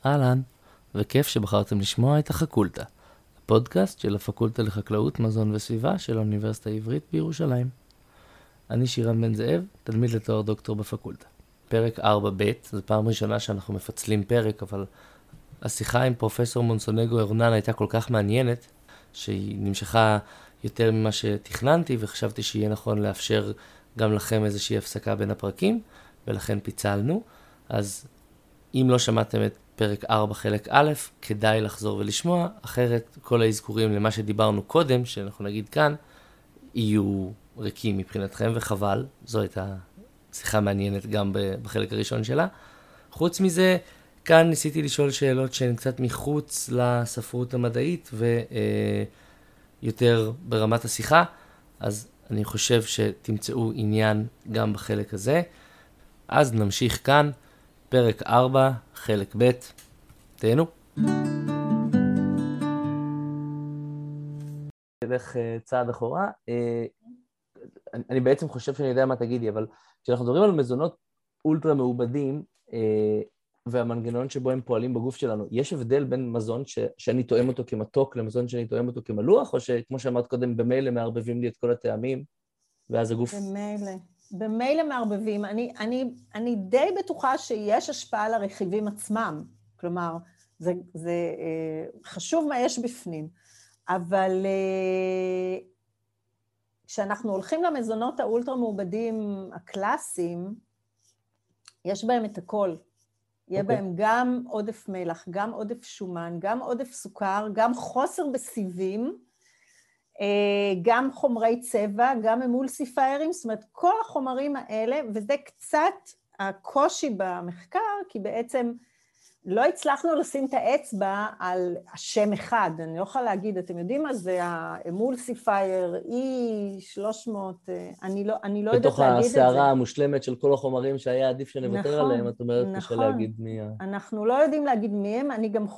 אהלן, וכיף שבחרתם לשמוע את החקולטה, הפודקאסט של הפקולטה לחקלאות, מזון וסביבה של האוניברסיטה העברית בירושלים. אני שירן בן זאב, תלמיד לתואר דוקטור בפקולטה. פרק 4ב', זו פעם ראשונה שאנחנו מפצלים פרק, אבל השיחה עם פרופסור מונסונגו ארנן הייתה כל כך מעניינת, שהיא נמשכה יותר ממה שתכננתי, וחשבתי שיהיה נכון לאפשר גם לכם איזושהי הפסקה בין הפרקים, ולכן פיצלנו. אז אם לא שמעתם את פרק 4 חלק א', כדאי לחזור ולשמוע, אחרת כל האזכורים למה שדיברנו קודם, שאנחנו נגיד כאן, יהיו ריקים מבחינתכם, וחבל, זו הייתה שיחה מעניינת גם בחלק הראשון שלה. חוץ מזה, כאן ניסיתי לשאול שאלות שהן קצת מחוץ לספרות המדעית, ויותר ברמת השיחה, אז אני חושב שתמצאו עניין גם בחלק הזה. אז נמשיך כאן. פרק 4, חלק ב', תהנו. נלך צעד אחורה. אני בעצם חושב שאני יודע מה תגידי, אבל כשאנחנו מדברים על מזונות אולטרה מעובדים, והמנגנון שבו הם פועלים בגוף שלנו, יש הבדל בין מזון שאני תואם אותו כמתוק למזון שאני תואם אותו כמלוח, או שכמו שאמרת קודם, במילא מערבבים לי את כל הטעמים, ואז הגוף... במילא מערבבים. אני די בטוחה שיש השפעה על הרכיבים עצמם. כלומר, זה חשוב מה יש בפנים. אבל כשאנחנו הולכים למזונות האולטרה מעובדים הקלאסיים, יש בהם את הכל. יהיה בהם גם עודף מלח, גם עודף שומן, גם עודף סוכר, גם חוסר בסיבים, גם חומרי צבע, גם אמולסיפיירים, זאת אומרת, כל החומרים האלה, וזה קצת הקושי במחקר, כי בעצם לא הצלחנו לשים את האצבע על השם אחד. אני לא יכולה להגיד, אתם יודעים מה זה האמולסיפייר, E300, אני לא יודעת להגיד את זה. בתוך הסערה המושלמת של כל החומרים שהיה עדיף שנוותר עליהם, את אומרת, קשה להגיד מי... אנחנו לא יודעים להגיד מי הם, אני גם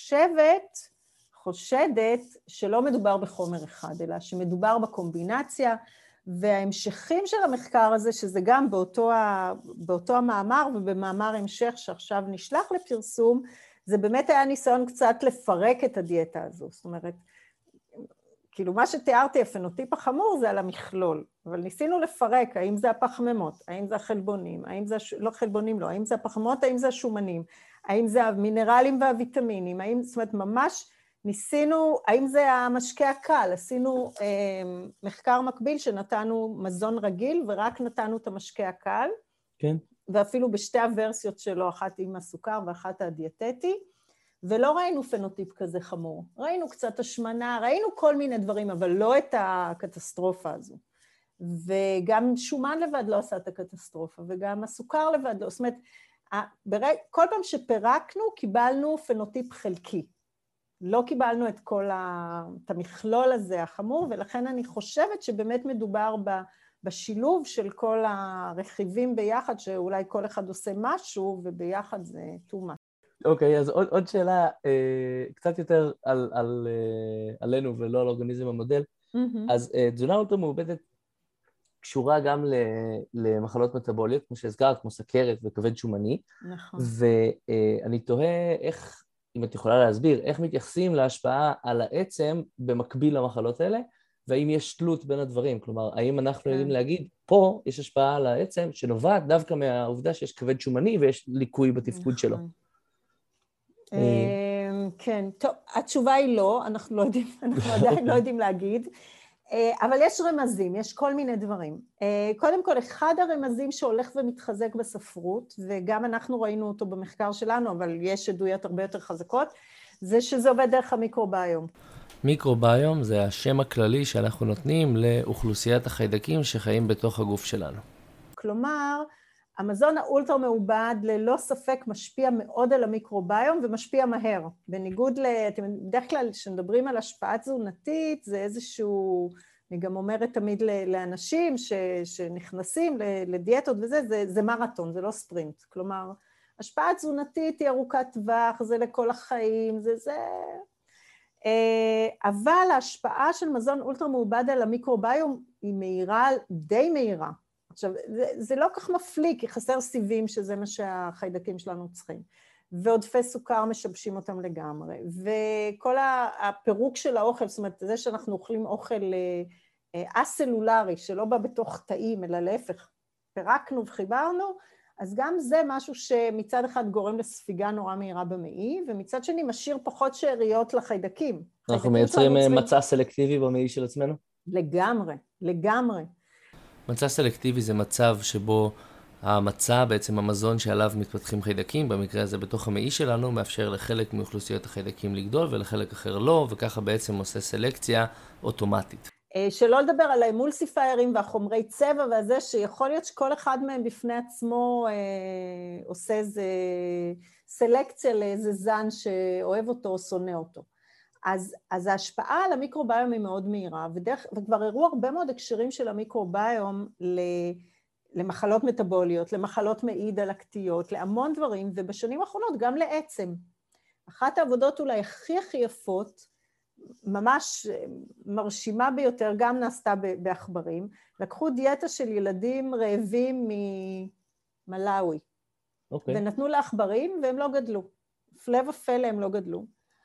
חושדת שלא מדובר בחומר אחד, אלא שמדובר בקומבינציה, וההמשכים של המחקר הזה, שזה גם באותו המאמר ובמאמר המשך שעכשיו נשלח לפרסום, זה באמת היה ניסיון קצת לפרק את הדיאטה הזו. זאת אומרת, כאילו מה שתיארתי, הפנוטיפ החמור זה על המכלול, אבל ניסינו לפרק, האם זה הפחמימות, האם זה החלבונים, האם זה, לא חלבונים לא, האם זה הפחמימות, האם זה השומנים, האם זה המינרלים והוויטמינים, האם, זאת אומרת, ממש ניסינו, האם זה המשקה הקל, עשינו מחקר מקביל שנתנו מזון רגיל ורק נתנו את המשקה הקל, כן. ואפילו בשתי הוורסיות שלו, אחת עם הסוכר ואחת הדיאטטי, ולא ראינו פנוטיפ כזה חמור. ראינו קצת השמנה, ראינו כל מיני דברים, אבל לא את הקטסטרופה הזו. וגם שומן לבד לא עשה את הקטסטרופה, וגם הסוכר לבד לא. זאת אומרת, כל פעם שפרקנו, קיבלנו פנוטיפ חלקי. לא קיבלנו את את המכלול הזה החמור, ולכן אני חושבת שבאמת מדובר בשילוב של כל הרכיבים ביחד, שאולי כל אחד עושה משהו, וביחד זה too much. אוקיי, אז עוד שאלה קצת יותר עלינו ולא על אורגניזם המודל. אז תזונה אולטרה מעובדת קשורה גם למחלות מטבוליות, כמו שהזכרת, כמו סכרת וכבד שומני. נכון. ואני תוהה איך, אם את יכולה להסביר, איך מתייחסים להשפעה על העצם במקביל למחלות האלה, והאם יש תלות בין הדברים. כלומר, האם אנחנו יודעים להגיד, פה יש השפעה על העצם שנובעת דווקא מהעובדה שיש כבד שומני ויש ליקוי בתפקוד שלו. כן, טוב, התשובה היא לא, אנחנו עדיין לא יודעים להגיד, אבל יש רמזים, יש כל מיני דברים. קודם כל, אחד הרמזים שהולך ומתחזק בספרות, וגם אנחנו ראינו אותו במחקר שלנו, אבל יש עדויות הרבה יותר חזקות, זה שזה עובד דרך המיקרוביום. מיקרוביום זה השם הכללי שאנחנו נותנים לאוכלוסיית החיידקים שחיים בתוך הגוף שלנו. כלומר, המזון האולטרה מעובד ללא ספק משפיע מאוד על המיקרוביום ומשפיע מהר. בניגוד בדרך כלל כשמדברים על השפעה תזונתית, זה איזשהו, אני גם אומרת תמיד לאנשים שנכנסים לדיאטות וזה, זה מרתון, זה לא ספרינט. כלומר, השפעה תזונתית היא ארוכת טווח, זה לכל החיים, זה. אבל ההשפעה של מזון אולטרה מעובד על המיקרוביום היא מהירה, די מהירה. עכשיו, זה לא כך מפליא, כי חסר סיבים שזה מה שהחיידקים שלנו צריכים. ועודפי סוכר משבשים אותם לגמרי, וכל הפירוק של האוכל, זאת אומרת, זה שאנחנו אוכלים אוכל אסלולרי, שלא בא בתוך תאים, אלא להפך, פירקנו וחיברנו, אז גם זה משהו שמצד אחד גורם לספיגה נורא מהירה במעי, ומצד שני משאיר פחות שאריות לחיידקים. אנחנו מייצרים מצע סלקטיבי במעי של עצמנו? לגמרי, לגמרי. מצע סלקטיבי זה מצב שבו המצע, בעצם המזון שעליו מתפתחים חיידקים, במקרה הזה בתוך המעי שלנו, מאפשר לחלק מאוכלוסיות החיידקים לגדול ולחלק אחר לא, וככה בעצם עושה סלקציה אוטומטית. שלא לדבר על האמולסיפיירים והחומרי צבע והזה, שיכול להיות שכל אחד מהם בפני עצמו עושה איזה סלקציה לאיזה זן שאוהב אותו או שונא אותו. אז ההשפעה על המיקרוביום היא מאוד מהירה, וכבר הראו הרבה מאוד הקשרים של המיקרוביום למחלות מטאבוליות, למחלות מעי דלקתיות, להמון דברים, ובשנים האחרונות גם לעצם. אחת העבודות אולי הכי יפות, ממש מרשימה ביותר, גם נעשתה בעכברים, לקחו דיאטה של ילדים רעבים ממלאווי, ונתנו לעכברים והם לא גדלו, הפלא ופלא הם לא גדלו,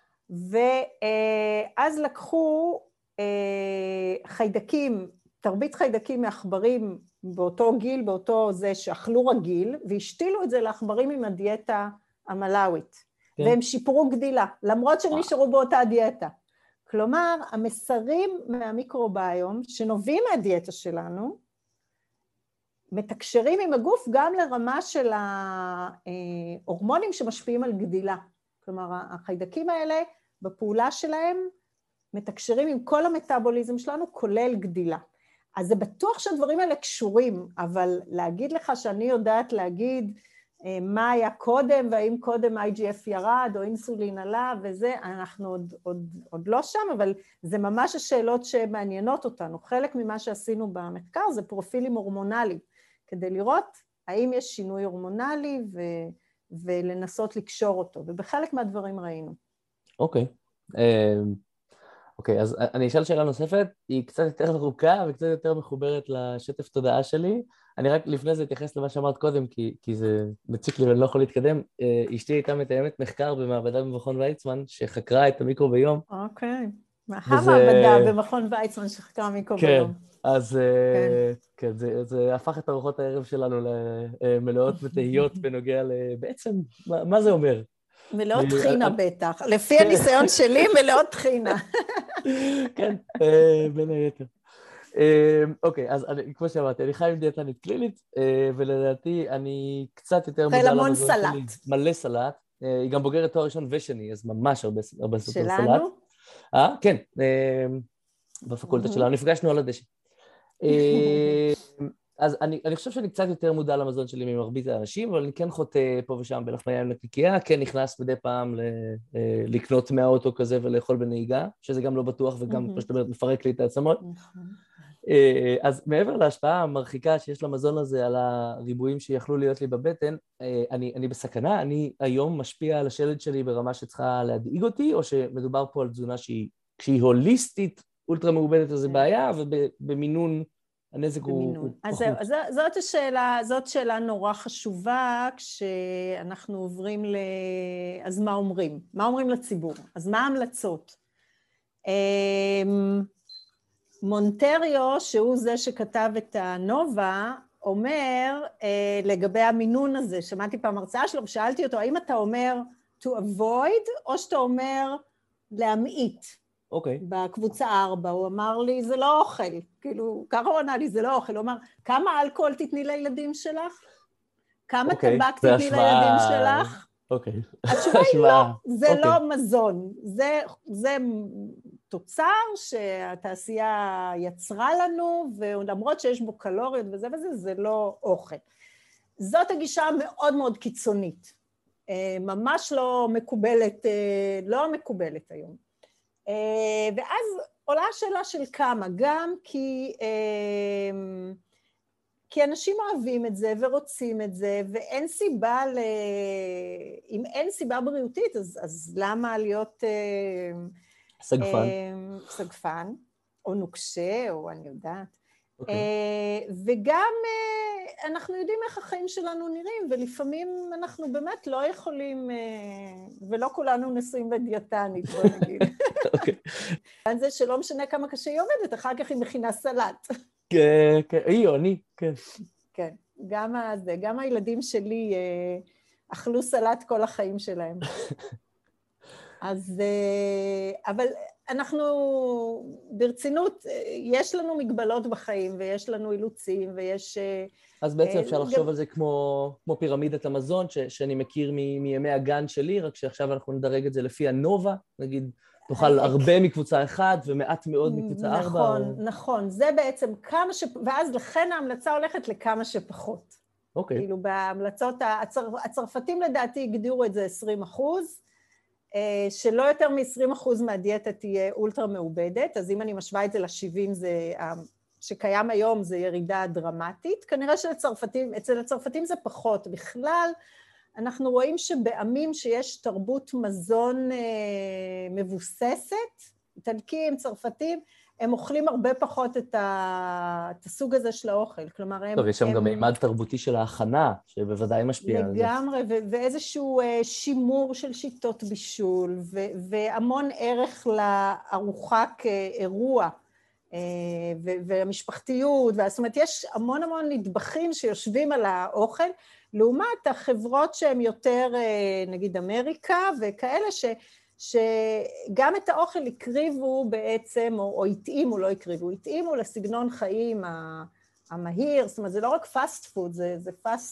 ואז לקחו חיידקים, תרבית חיידקים מעכברים באותו גיל, באותו זה שאכלו רגיל, והשתילו את זה לעכברים עם הדיאטה המלאווית, והם שיפרו גדילה, למרות שהם נשארו באותה דיאטה. כלומר, המסרים מהמיקרוביום שנובעים מהדיאטה שלנו, מתקשרים עם הגוף גם לרמה של ההורמונים שמשפיעים על גדילה. כלומר, החיידקים האלה בפעולה שלהם מתקשרים עם כל המטאבוליזם שלנו, כולל גדילה. אז זה בטוח שהדברים האלה קשורים, אבל להגיד לך שאני יודעת להגיד מה היה קודם, והאם קודם IGF ירד או אינסולין עלה וזה, אנחנו עוד לא שם, אבל זה ממש השאלות שמעניינות אותנו. חלק ממה שעשינו במחקר זה פרופילים הורמונליים, כדי לראות האם יש שינוי הורמונלי ולנסות לקשור אותו, ובחלק מהדברים ראינו. אוקיי. אוקיי, אז אני אשאל שאלה נוספת, היא קצת יותר ארוכה וקצת יותר מחוברת לשטף תודעה שלי. אני רק לפני זה אתייחס למה שאמרת קודם, כי זה מציק לי ואני לא יכול להתקדם. אשתי הייתה מתאמת מחקר במעבדה במכון ויצמן, שחקרה את המיקרוביום. אוקיי, המעבדה במכון ויצמן שחקרה מיקרוביום. כן, אז כן, זה הפך את ארוחות הערב שלנו למלאות ותהיות בנוגע בעצם, מה זה אומר? מלאות תחינה בטח, לפי הניסיון שלי מלאות תחינה. כן, בין היתר. אוקיי, אז כמו שאמרתי, אני חי עם דיאטנית קלינית, ולדעתי אני קצת יותר מודע למזון שלי. המון סלט. מלא סלט. היא גם בוגרת תואר ראשון ושני, אז ממש הרבה סלט. שלנו? כן, בפקולטה שלנו, נפגשנו על הדשא. אז אני חושב שאני קצת יותר מודע למזון שלי ממרבית האנשים, אבל אני כן חוטא פה ושם בלחמיה עם נקניקייה, כן נכנס מדי פעם לקנות מהאוטו כזה ולאכול בנהיגה, שזה גם לא בטוח וגם, כמו שאת אומרת, מפרק לי את העצמות. אז מעבר להשפעה המרחיקה שיש למזון הזה על הריבועים שיכלו להיות לי בבטן, אני בסכנה, אני היום משפיע על השלד שלי ברמה שצריכה להדאיג אותי, או שמדובר פה על תזונה שהיא הוליסטית, אולטרה מעובדת, אז זה בעיה, ובמינון הנזק הוא פחות. אז זאת שאלה נורא חשובה, כשאנחנו עוברים אז מה אומרים? מה אומרים לציבור? אז מה ההמלצות? מונטריו, שהוא זה שכתב את הנובה, אומר לגבי המינון הזה, שמעתי פעם הרצאה שלו, ושאלתי אותו, האם אתה אומר to avoid, או שאתה אומר להמעיט? אוקיי. בקבוצה 4, הוא אמר לי, זה לא אוכל. כאילו, ככה הוא ענה לי, זה לא אוכל. הוא אמר, כמה אלכוהול תתני לילדים שלך? כמה טבק תתני לילדים שלך? אוקיי. התשובה היא לא, זה לא מזון. זה תוצר שהתעשייה יצרה לנו, ולמרות שיש בו קלוריות וזה, זה לא אוכל. זאת הגישה מאוד מאוד קיצונית. ממש לא מקובלת היום. ואז עולה השאלה של כמה, גם כי אנשים אוהבים את זה ורוצים את זה, ואין סיבה, אם אין סיבה בריאותית, אז למה להיות סגפן, או נוקשה, או אני יודעת. וגם אנחנו יודעים איך החיים שלנו נראים, ולפעמים אנחנו באמת לא יכולים, ולא כולנו נשואים בדיאטנית, בוא נגיד. אוקיי. על זה שלא משנה כמה קשה היא עומדת, אחר כך היא מכינה סלט. כן, היא או אני, כן. כן, גם הילדים שלי אכלו סלט כל החיים שלהם. אז, אבל אנחנו ברצינות, יש לנו מגבלות בחיים, ויש לנו אילוצים, ויש... אז בעצם אפשר לחשוב על זה כמו פירמידת המזון, שאני מכיר מימי הגן שלי, רק שעכשיו אנחנו נדרג את זה לפי הנובה, נגיד, תאכל הרבה מקבוצה 1 ומעט מאוד מקבוצה 4. נכון, נכון, זה בעצם ואז לכן ההמלצה הולכת לכמה שפחות. אוקיי. כאילו בהמלצות, הצרפתים לדעתי הגדירו את זה 20%, שלא יותר מ-20% מהדיאטה תהיה אולטרה מעובדת, אז אם אני משווה את זה ל-70, שקיים היום זה ירידה דרמטית, כנראה אצל הצרפתים זה פחות. בכלל, אנחנו רואים שבעמים שיש תרבות מזון מבוססת, איטלקים, צרפתים, הם אוכלים הרבה פחות את הסוג הזה של האוכל. כלומר, טוב, יש שם גם מימד תרבותי של ההכנה, שבוודאי משפיע על זה. לגמרי, ואיזשהו שימור של שיטות בישול, והמון ערך לארוחה כאירוע, והמשפחתיות, זאת אומרת, יש המון נדבכים שיושבים על האוכל, לעומת החברות שהן יותר, נגיד אמריקה, וכאלה שגם את האוכל הקריבו בעצם, או התאימו, לא הקריבו, התאימו לסגנון חיים המהיר, זאת אומרת, זה לא רק פאסט פוד, זה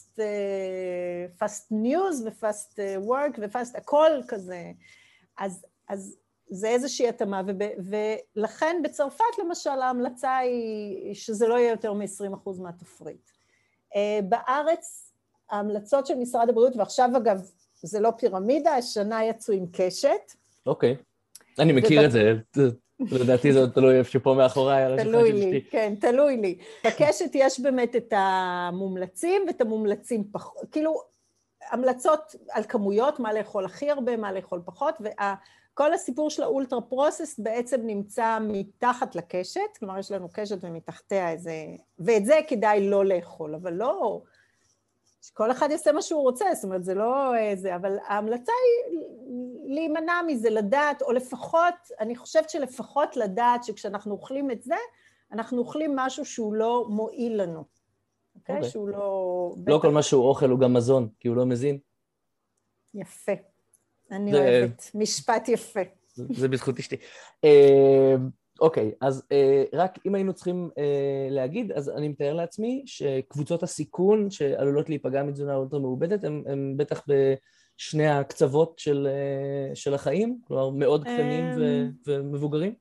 פאסט ניוז ופאסט וורק ופאסט, הכל כזה. אז זה איזושהי התאמה, ולכן בצרפת למשל ההמלצה היא שזה לא יהיה יותר מ-20% מהתפריט. בארץ ההמלצות של משרד הבריאות, ועכשיו אגב זה לא פירמידה, השנה יצאו עם קשת. אוקיי, אני מכיר את זה, לדעתי זה תלוי איפה שפה מאחוריי. תלוי לי, כן, תלוי לי. בקשת יש באמת את המומלצים ואת המומלצים פחות, כאילו המלצות על כמויות, מה לאכול הכי הרבה, מה לאכול פחות, כל הסיפור של האולטרה פרוסס בעצם נמצא מתחת לקשת, כלומר יש לנו קשת ומתחתיה איזה, ואת זה כדאי לא לאכול, אבל לא, שכל אחד יעשה מה שהוא רוצה, זאת אומרת זה לא זה, אבל ההמלצה היא להימנע מזה, לדעת, או לפחות, אני חושבת שלפחות לדעת שכשאנחנו אוכלים את זה, אנחנו אוכלים משהו שהוא לא מועיל לנו, אוקיי? שהוא לא... לא כל מה שהוא אוכל הוא גם מזון, כי הוא לא מזין. יפה. אני אוהבת, משפט יפה. זה בזכות אשתי. אוקיי, אז רק אם היינו צריכים להגיד, אז אני מתאר לעצמי שקבוצות הסיכון שעלולות להיפגע מתזונה אולטרה מעובדת, הם בטח בשני הקצוות של החיים, כלומר מאוד קטנים ומבוגרים?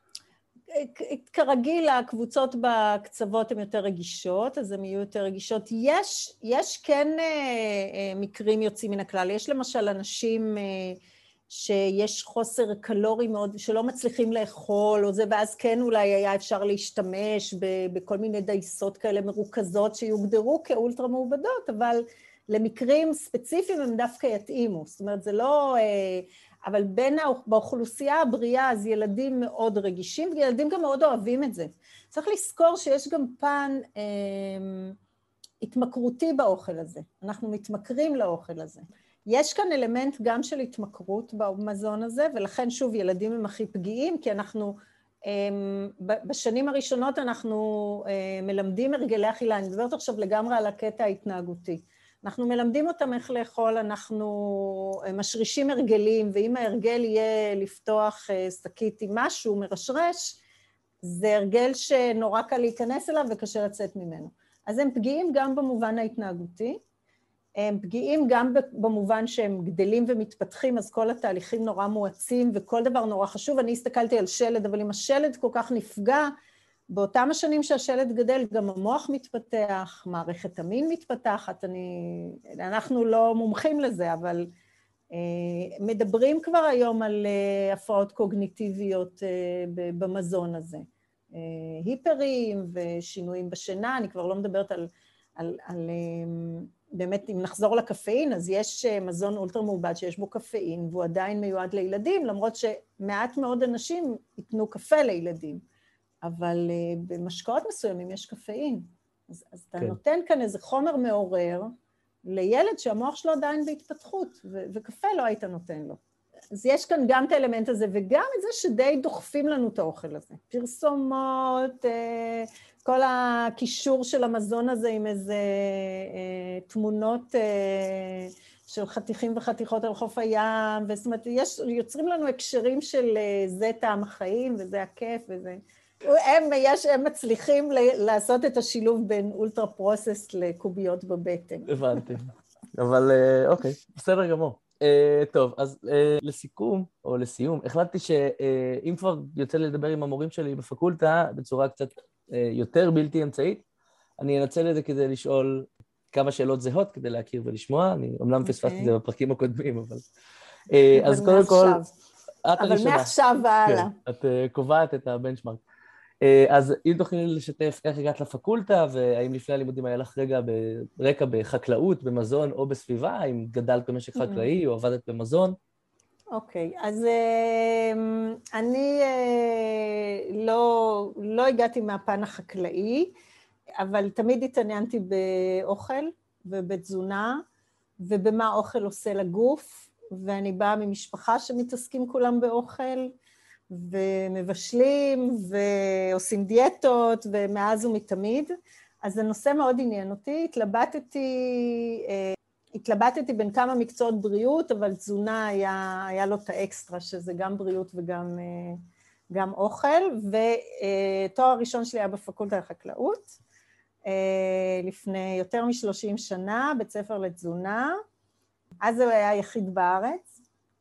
כרגיל, הקבוצות בקצוות הן יותר רגישות, אז הן יהיו יותר רגישות. יש כן מקרים יוצאים מן הכלל. יש למשל אנשים שיש חוסר קלורי מאוד, שלא מצליחים לאכול, או זה, ואז כן אולי היה אפשר להשתמש בכל מיני דייסות כאלה מרוכזות שיוגדרו כאולטרה מעובדות, אבל למקרים ספציפיים הם דווקא יתאימו. זאת אומרת, זה לא... אבל באוכלוסייה הבריאה, אז ילדים מאוד רגישים, וילדים גם מאוד אוהבים את זה. צריך לזכור שיש גם פן התמכרותי באוכל הזה. אנחנו מתמכרים לאוכל הזה. יש כאן אלמנט גם של התמכרות במזון הזה, ולכן שוב ילדים הם הכי פגיעים, כי אנחנו, בשנים הראשונות אנחנו מלמדים הרגלי אכילה, אני מדברת עכשיו לגמרי על הקטע ההתנהגותי. אנחנו מלמדים אותם איך לאכול, אנחנו משרישים הרגלים, ואם ההרגל יהיה לפתוח שקית עם משהו מרשרש, זה הרגל שנורא קל להיכנס אליו וקשה לצאת ממנו. אז הם פגיעים גם במובן ההתנהגותי, הם פגיעים גם במובן שהם גדלים ומתפתחים, אז כל התהליכים נורא מואצים וכל דבר נורא חשוב. אני הסתכלתי על שלד, אבל אם השלד כל כך נפגע, באותם השנים שהשלד גדל, גם המוח מתפתח, מערכת המין מתפתחת, אנחנו לא מומחים לזה, אבל מדברים כבר היום על הפרעות קוגניטיביות במזון הזה. היפרים ושינויים בשינה, אני כבר לא מדברת על באמת, אם נחזור לקפאין, אז יש מזון אולטרה מעובד שיש בו קפאין, והוא עדיין מיועד לילדים, למרות שמעט מאוד אנשים ייתנו קפה לילדים. אבל במשקאות מסוימים יש קפאין, אז אתה נותן כאן איזה חומר מעורר לילד שהמוח שלו עדיין בהתפתחות, וקפה לא היית נותן לו. אז יש כאן גם את האלמנט הזה, וגם את זה שדי דוחפים לנו את האוכל הזה. פרסומות, כל הקישור של המזון הזה עם איזה תמונות של חתיכים וחתיכות על חוף הים, זאת אומרת, יוצרים לנו הקשרים של זה טעם החיים, וזה הכיף, וזה... הם מצליחים לעשות את השילוב בין אולטרה פרוסס לקוביות בבטן. הבנתי. אבל אוקיי, בסדר גמור. טוב, אז לסיכום, או לסיום, החלטתי שאם כבר יוצא לי לדבר עם המורים שלי בפקולטה, בצורה קצת יותר בלתי אמצעית, אני אנצל את זה כדי לשאול כמה שאלות זהות, כדי להכיר ולשמוע. אני אומנם פספסתי את זה בפרקים הקודמים, אבל... אז קודם כל... אבל מעכשיו והלאה. את קובעת את הבנצ'מרק. אז אם תוכלי לשתף איך הגעת לפקולטה, והאם לפני הלימודים היה לך רקע בחקלאות, במזון או בסביבה, האם גדלת במשק חקלאי או עבדת במזון? אוקיי, אז אני לא הגעתי מהפן החקלאי, אבל תמיד התעניינתי באוכל ובתזונה, ובמה אוכל עושה לגוף, ואני באה ממשפחה שמתעסקים כולם באוכל, ומבשלים, ועושים דיאטות, ומאז ומתמיד. אז הנושא מאוד עניין אותי, התלבטתי בין כמה מקצועות בריאות, אבל תזונה היה לו את האקסטרה, שזה גם בריאות וגם אוכל, ותואר הראשון שלי היה בפקולטה לחקלאות, לפני יותר מ-30 שנה, בית ספר לתזונה, אז הוא היה יחיד בארץ,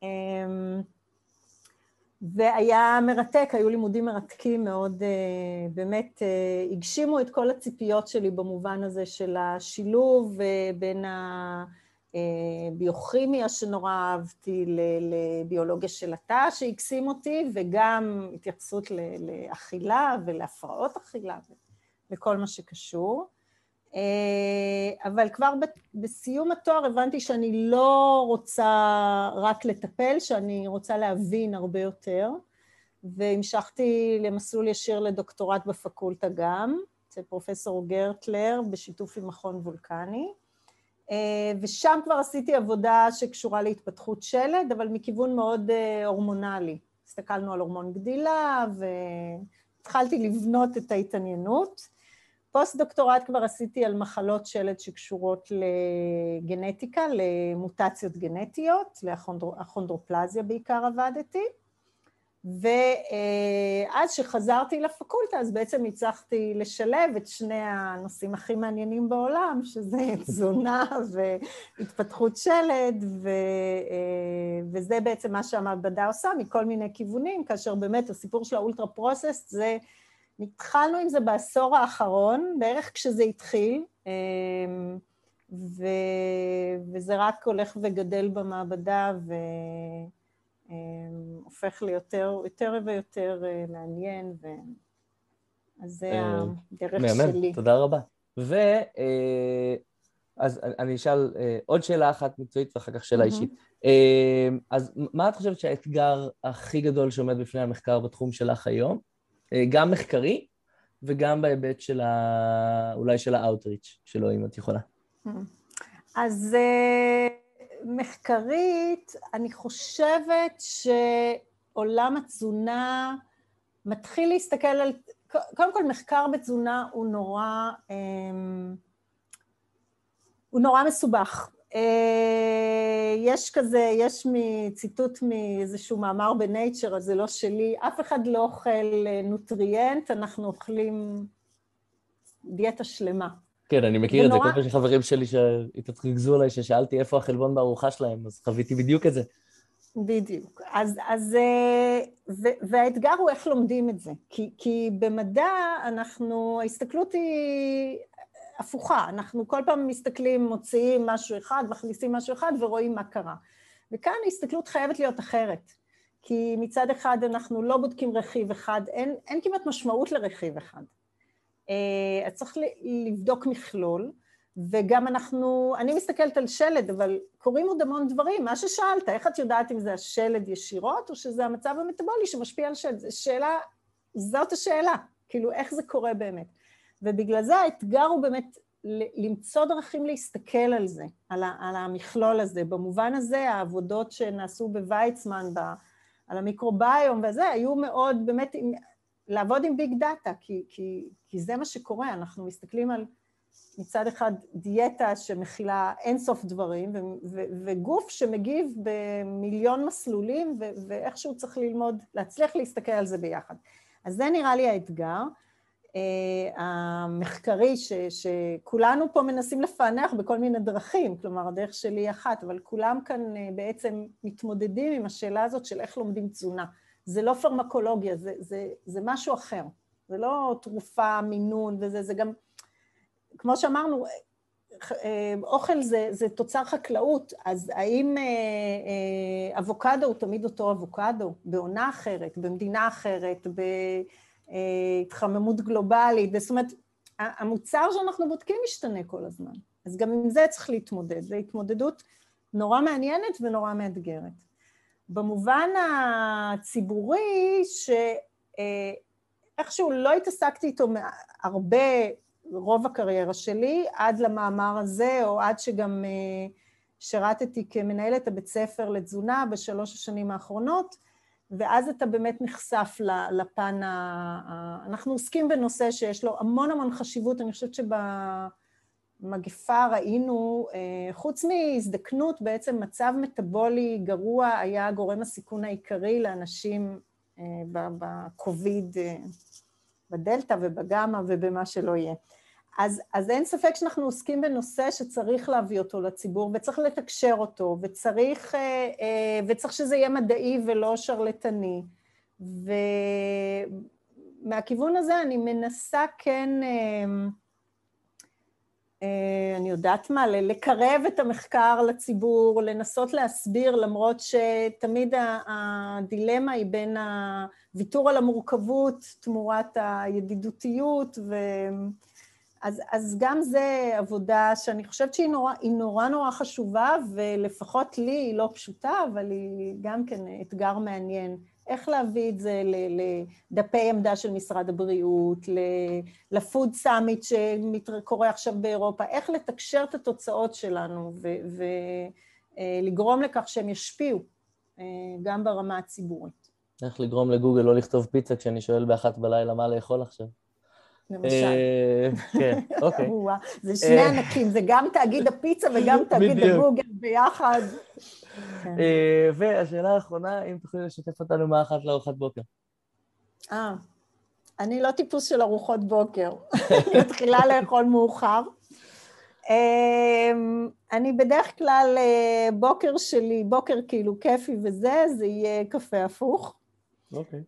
והיה מרתק, היו לימודים מרתקים מאוד, באמת הגשימו את כל הציפיות שלי במובן הזה של השילוב בין הביוכימיה שנורא אהבתי לביולוגיה של התא שהקסים אותי, וגם התייחסות לאכילה ולהפרעות אכילה וכל מה שקשור. אבל כבר בסיום התואר הבנתי שאני לא רוצה רק לטפל, שאני רוצה להבין הרבה יותר, והמשכתי למסלול ישיר לדוקטורט בפקולטה גם, אצל פרופסור גרטלר, בשיתוף עם מכון וולקני, ושם כבר עשיתי עבודה שקשורה להתפתחות שלד, אבל מכיוון מאוד הורמונלי. הסתכלנו על הורמון גדילה, והתחלתי לבנות את ההתעניינות. פוסט-דוקטורט כבר עשיתי על מחלות שלד שקשורות לגנטיקה, למוטציות גנטיות, לאכונדרופלזיה בעיקר עבדתי, ואז שחזרתי לפקולטה, אז בעצם הצלחתי לשלב את שני הנושאים הכי מעניינים בעולם, שזה תזונה והתפתחות שלד, וזה בעצם מה שהמעבדה עושה מכל מיני כיוונים, כאשר באמת הסיפור של האולטרה פרוסס זה, התחלנו עם זה בעשור האחרון, בערך כשזה התחיל, וזה רק הולך וגדל במעבדה, והופך ליותר ויותר מעניין, אז זה הדרך שלי. מהמם, תודה רבה. אז אני אשאל עוד שאלה אחת מקצועית, ואחר כך שאלה אישית. אז מה את חושבת שהאתגר הכי גדול שעומד בפני המחקר בתחום שלך היום? גם מחקרי, וגם בהיבט של אולי של האוטריץ' שלו, אם את יכולה. אז מחקרית, אני חושבת שעולם התזונה מתחיל להסתכל על, קודם כל מחקר בתזונה הוא נורא מסובך. יש ציטוט מאיזשהו מאמר בנייצ'ר, אז זה לא שלי, אף אחד לא אוכל נוטריאנט, אנחנו אוכלים דיאטה שלמה. כן, אני מכיר את זה, כל פעם שחברים שלי שהתרגזו עליי, ששאלתי איפה החלבון בארוחה שלהם, אז חוויתי בדיוק את זה. בדיוק, והאתגר הוא איך לומדים את זה, כי במדע ההסתכלות היא הפוכה, אנחנו כל פעם מסתכלים, מוציאים משהו אחד, מכניסים משהו אחד ורואים מה קרה. וכאן ההסתכלות חייבת להיות אחרת, כי מצד אחד אנחנו לא בודקים רכיב אחד, אין כמעט משמעות לרכיב אחד. אז צריך לבדוק מכלול, וגם אני מסתכלת על שלד, אבל קוראים עוד המון דברים, מה ששאלת, איך את יודעת אם זה השלד ישירות, או שזה המצב המטאבולי שמשפיע על שלד, זאת השאלה, כאילו איך זה קורה באמת. ובגלל זה האתגר הוא באמת למצוא דרכים להסתכל על זה, על המכלול הזה. במובן הזה, העבודות שנעשו בוויצמן, על המיקרוביום וזה, היו מאוד באמת לעבוד עם ביג דאטה, כי זה מה שקורה, אנחנו מסתכלים על מצד אחד דיאטה שמכילה אינסוף דברים, וגוף שמגיב במיליון מסלולים, ואיכשהו צריך ללמוד, להצליח להסתכל על זה ביחד. אז זה נראה לי האתגר המחקרי, שכולנו פה מנסים לפענח בכל מיני דרכים, כלומר הדרך שלי היא אחת, אבל כולם כאן בעצם מתמודדים עם השאלה הזאת של איך לומדים תזונה. זה לא פרמקולוגיה, זה משהו אחר, זה לא תרופה, מינון וזה, זה גם, כמו שאמרנו, אוכל זה תוצר חקלאות, אז האם אבוקדו הוא תמיד אותו אבוקדו, בעונה אחרת, במדינה אחרת, בהתחממות גלובלית, זאת אומרת, המוצר שאנחנו בודקים משתנה כל הזמן, אז גם עם זה צריך להתמודד, זו התמודדות נורא מעניינת ונורא מאתגרת. במובן הציבורי, שאיכשהו לא התעסקתי איתו הרבה, רוב הקריירה שלי, עד למאמר הזה, או עד שגם שרתתי כמנהלת הבית ספר לתזונה בשלוש השנים האחרונות, ואז אתה באמת נחשף לפן, אנחנו עוסקים בנושא שיש לו המון המון חשיבות, אני חושבת שבמגפה ראינו, חוץ מהזדקנות, בעצם מצב מטאבולי גרוע היה גורם הסיכון העיקרי לאנשים בקוביד, בדלטה ובגמא ובמה שלא יהיה. אז אין ספק שאנחנו עוסקים בנושא שצריך להביא אותו לציבור, וצריך לתקשר אותו, וצריך שזה יהיה מדעי ולא שרלטני. ומהכיוון הזה אני מנסה כן, אני יודעת מה, לקרב את המחקר לציבור, לנסות להסביר, למרות שתמיד הדילמה היא בין הוויתור על המורכבות, תמורת הידידותיות, אז גם זה עבודה שאני חושבת שהיא נורא חשובה, ולפחות לי היא לא פשוטה, אבל היא גם כן אתגר מעניין. איך להביא את זה לדפי עמדה של משרד הבריאות, לפוד סאמיט שקורה עכשיו באירופה, איך לתקשר את התוצאות שלנו ולגרום לכך שהם ישפיעו גם ברמה הציבורית. איך לגרום לגוגל לא לכתוב פיצה כשאני שואל באחת בלילה מה לאכול עכשיו? למשל. כן, אוקיי. זה שני ענקים, זה גם תאגיד הפיצה וגם תאגיד הגוגל ביחד. והשאלה האחרונה, אם תוכלי לשתף אותנו מה אכלת לארוחת בוקר. אני לא טיפוס של ארוחות בוקר, אני מתחילה לאכול מאוחר. אני בדרך כלל, בוקר שלי, בוקר כאילו כיפי וזה, זה יהיה קפה הפוך. אוקיי.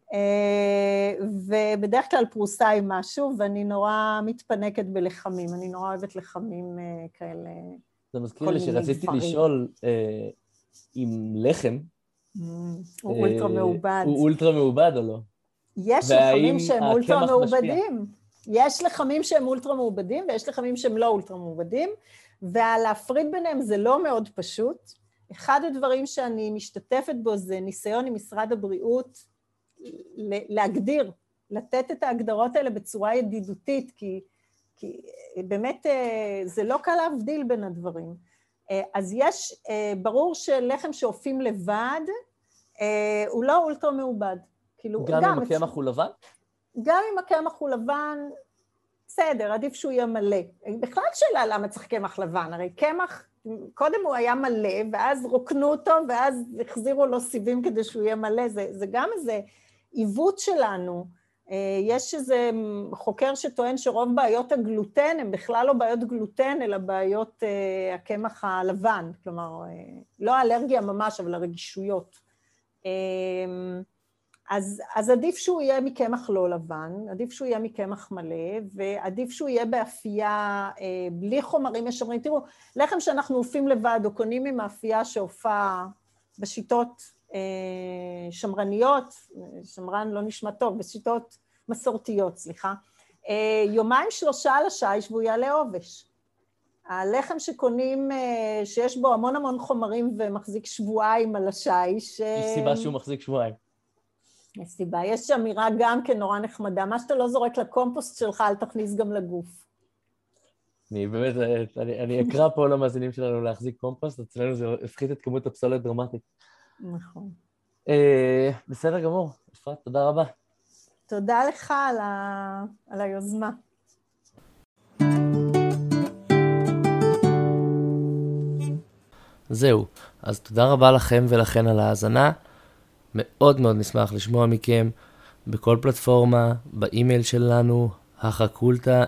ובדרך כלל פרוסה עם משהו, ואני נורא מתפנקת בלחמים, אני נורא אוהבת לחמים כאלה. זה מזכיר לי שרציתי לשאול אם לחם, הוא אולטרה מעובד. הוא אולטרה מעובד או לא? יש לחמים שהם אולטרה מעובדים. יש לחמים שהם אולטרה מעובדים, ויש לחמים שהם לא אולטרה מעובדים, ולהפריד ביניהם זה לא מאוד פשוט. אחד הדברים שאני משתתפת בו זה ניסיון עם משרד הבריאות, להגדיר, לתת את ההגדרות האלה בצורה ידידותית, כי באמת זה לא קל להבדיל בין הדברים. אז יש, ברור שלחם שאופים לבד, הוא לא אולטרה מעובד. גם אם הקמח הוא לבן? גם אם הקמח הוא לבן, בסדר, עדיף שהוא יהיה מלא. בכלל שאלה למה צריך קמח לבן, הרי קמח, קודם הוא היה מלא, ואז רוקנו אותו, ואז החזירו לו סיבים כדי שהוא יהיה מלא, זה גם איזה עיוות שלנו. יש איזה חוקר שטוען שרוב בעיות הגלוטן, הם בכלל לא בעיות גלוטן, אלא בעיות הקמח הלבן, כלומר, לא האלרגיה ממש, אבל הרגישויות. אז עדיף שהוא יהיה מקמח לא לבן, עדיף שהוא יהיה מקמח מלא, ועדיף שהוא יהיה באפייה בלי חומרים משמרים. תראו, לחם שאנחנו אופים לבד, או קונים עם האפייה שהופעה בשיטות שמרניות, שמרן לא נשמע טוב, בשיטות מסורתיות, סליחה, יומיים שלושה על השיש והוא יעלה עובש. הלחם שקונים, שיש בו המון חומרים ומחזיק שבועיים על השיש. יש סיבה שהוא מחזיק שבועיים. יש סיבה. יש אמירה גם כן נורא נחמדה, מה שאתה לא זורק לקומפוסט שלך, אל תכניס גם לגוף. אני באמת, אני אקרא פה למאזינים שלנו להחזיק קומפוסט, אצלנו זה הפחית את כמות הפסולת דרמטית. נכון. בסדר גמור, אפרת, תודה רבה. תודה לך על היוזמה. זהו, אז תודה רבה לכם ולכן על ההאזנה. מאוד מאוד נשמח לשמוע מכם בכל פלטפורמה, באימייל שלנו, החקולטה,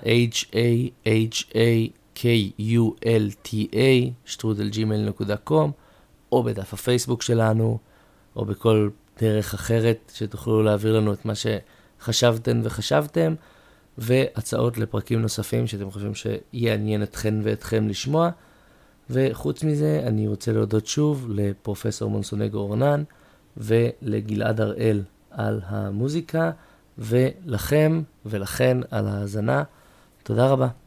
hahakulta@gmail.com, או בדף הפייסבוק שלנו, או בכל דרך אחרת שתוכלו להעביר לנו את מה שחשבתם וחשבתם, והצעות לפרקים נוספים שאתם חושבים שיעניין אתכן ואתכם לשמוע. וחוץ מזה, אני רוצה להודות שוב לפרופסור מונסונגו אורנן ולגלעד הראל על המוזיקה, ולכם ולכן על ההאזנה. תודה רבה.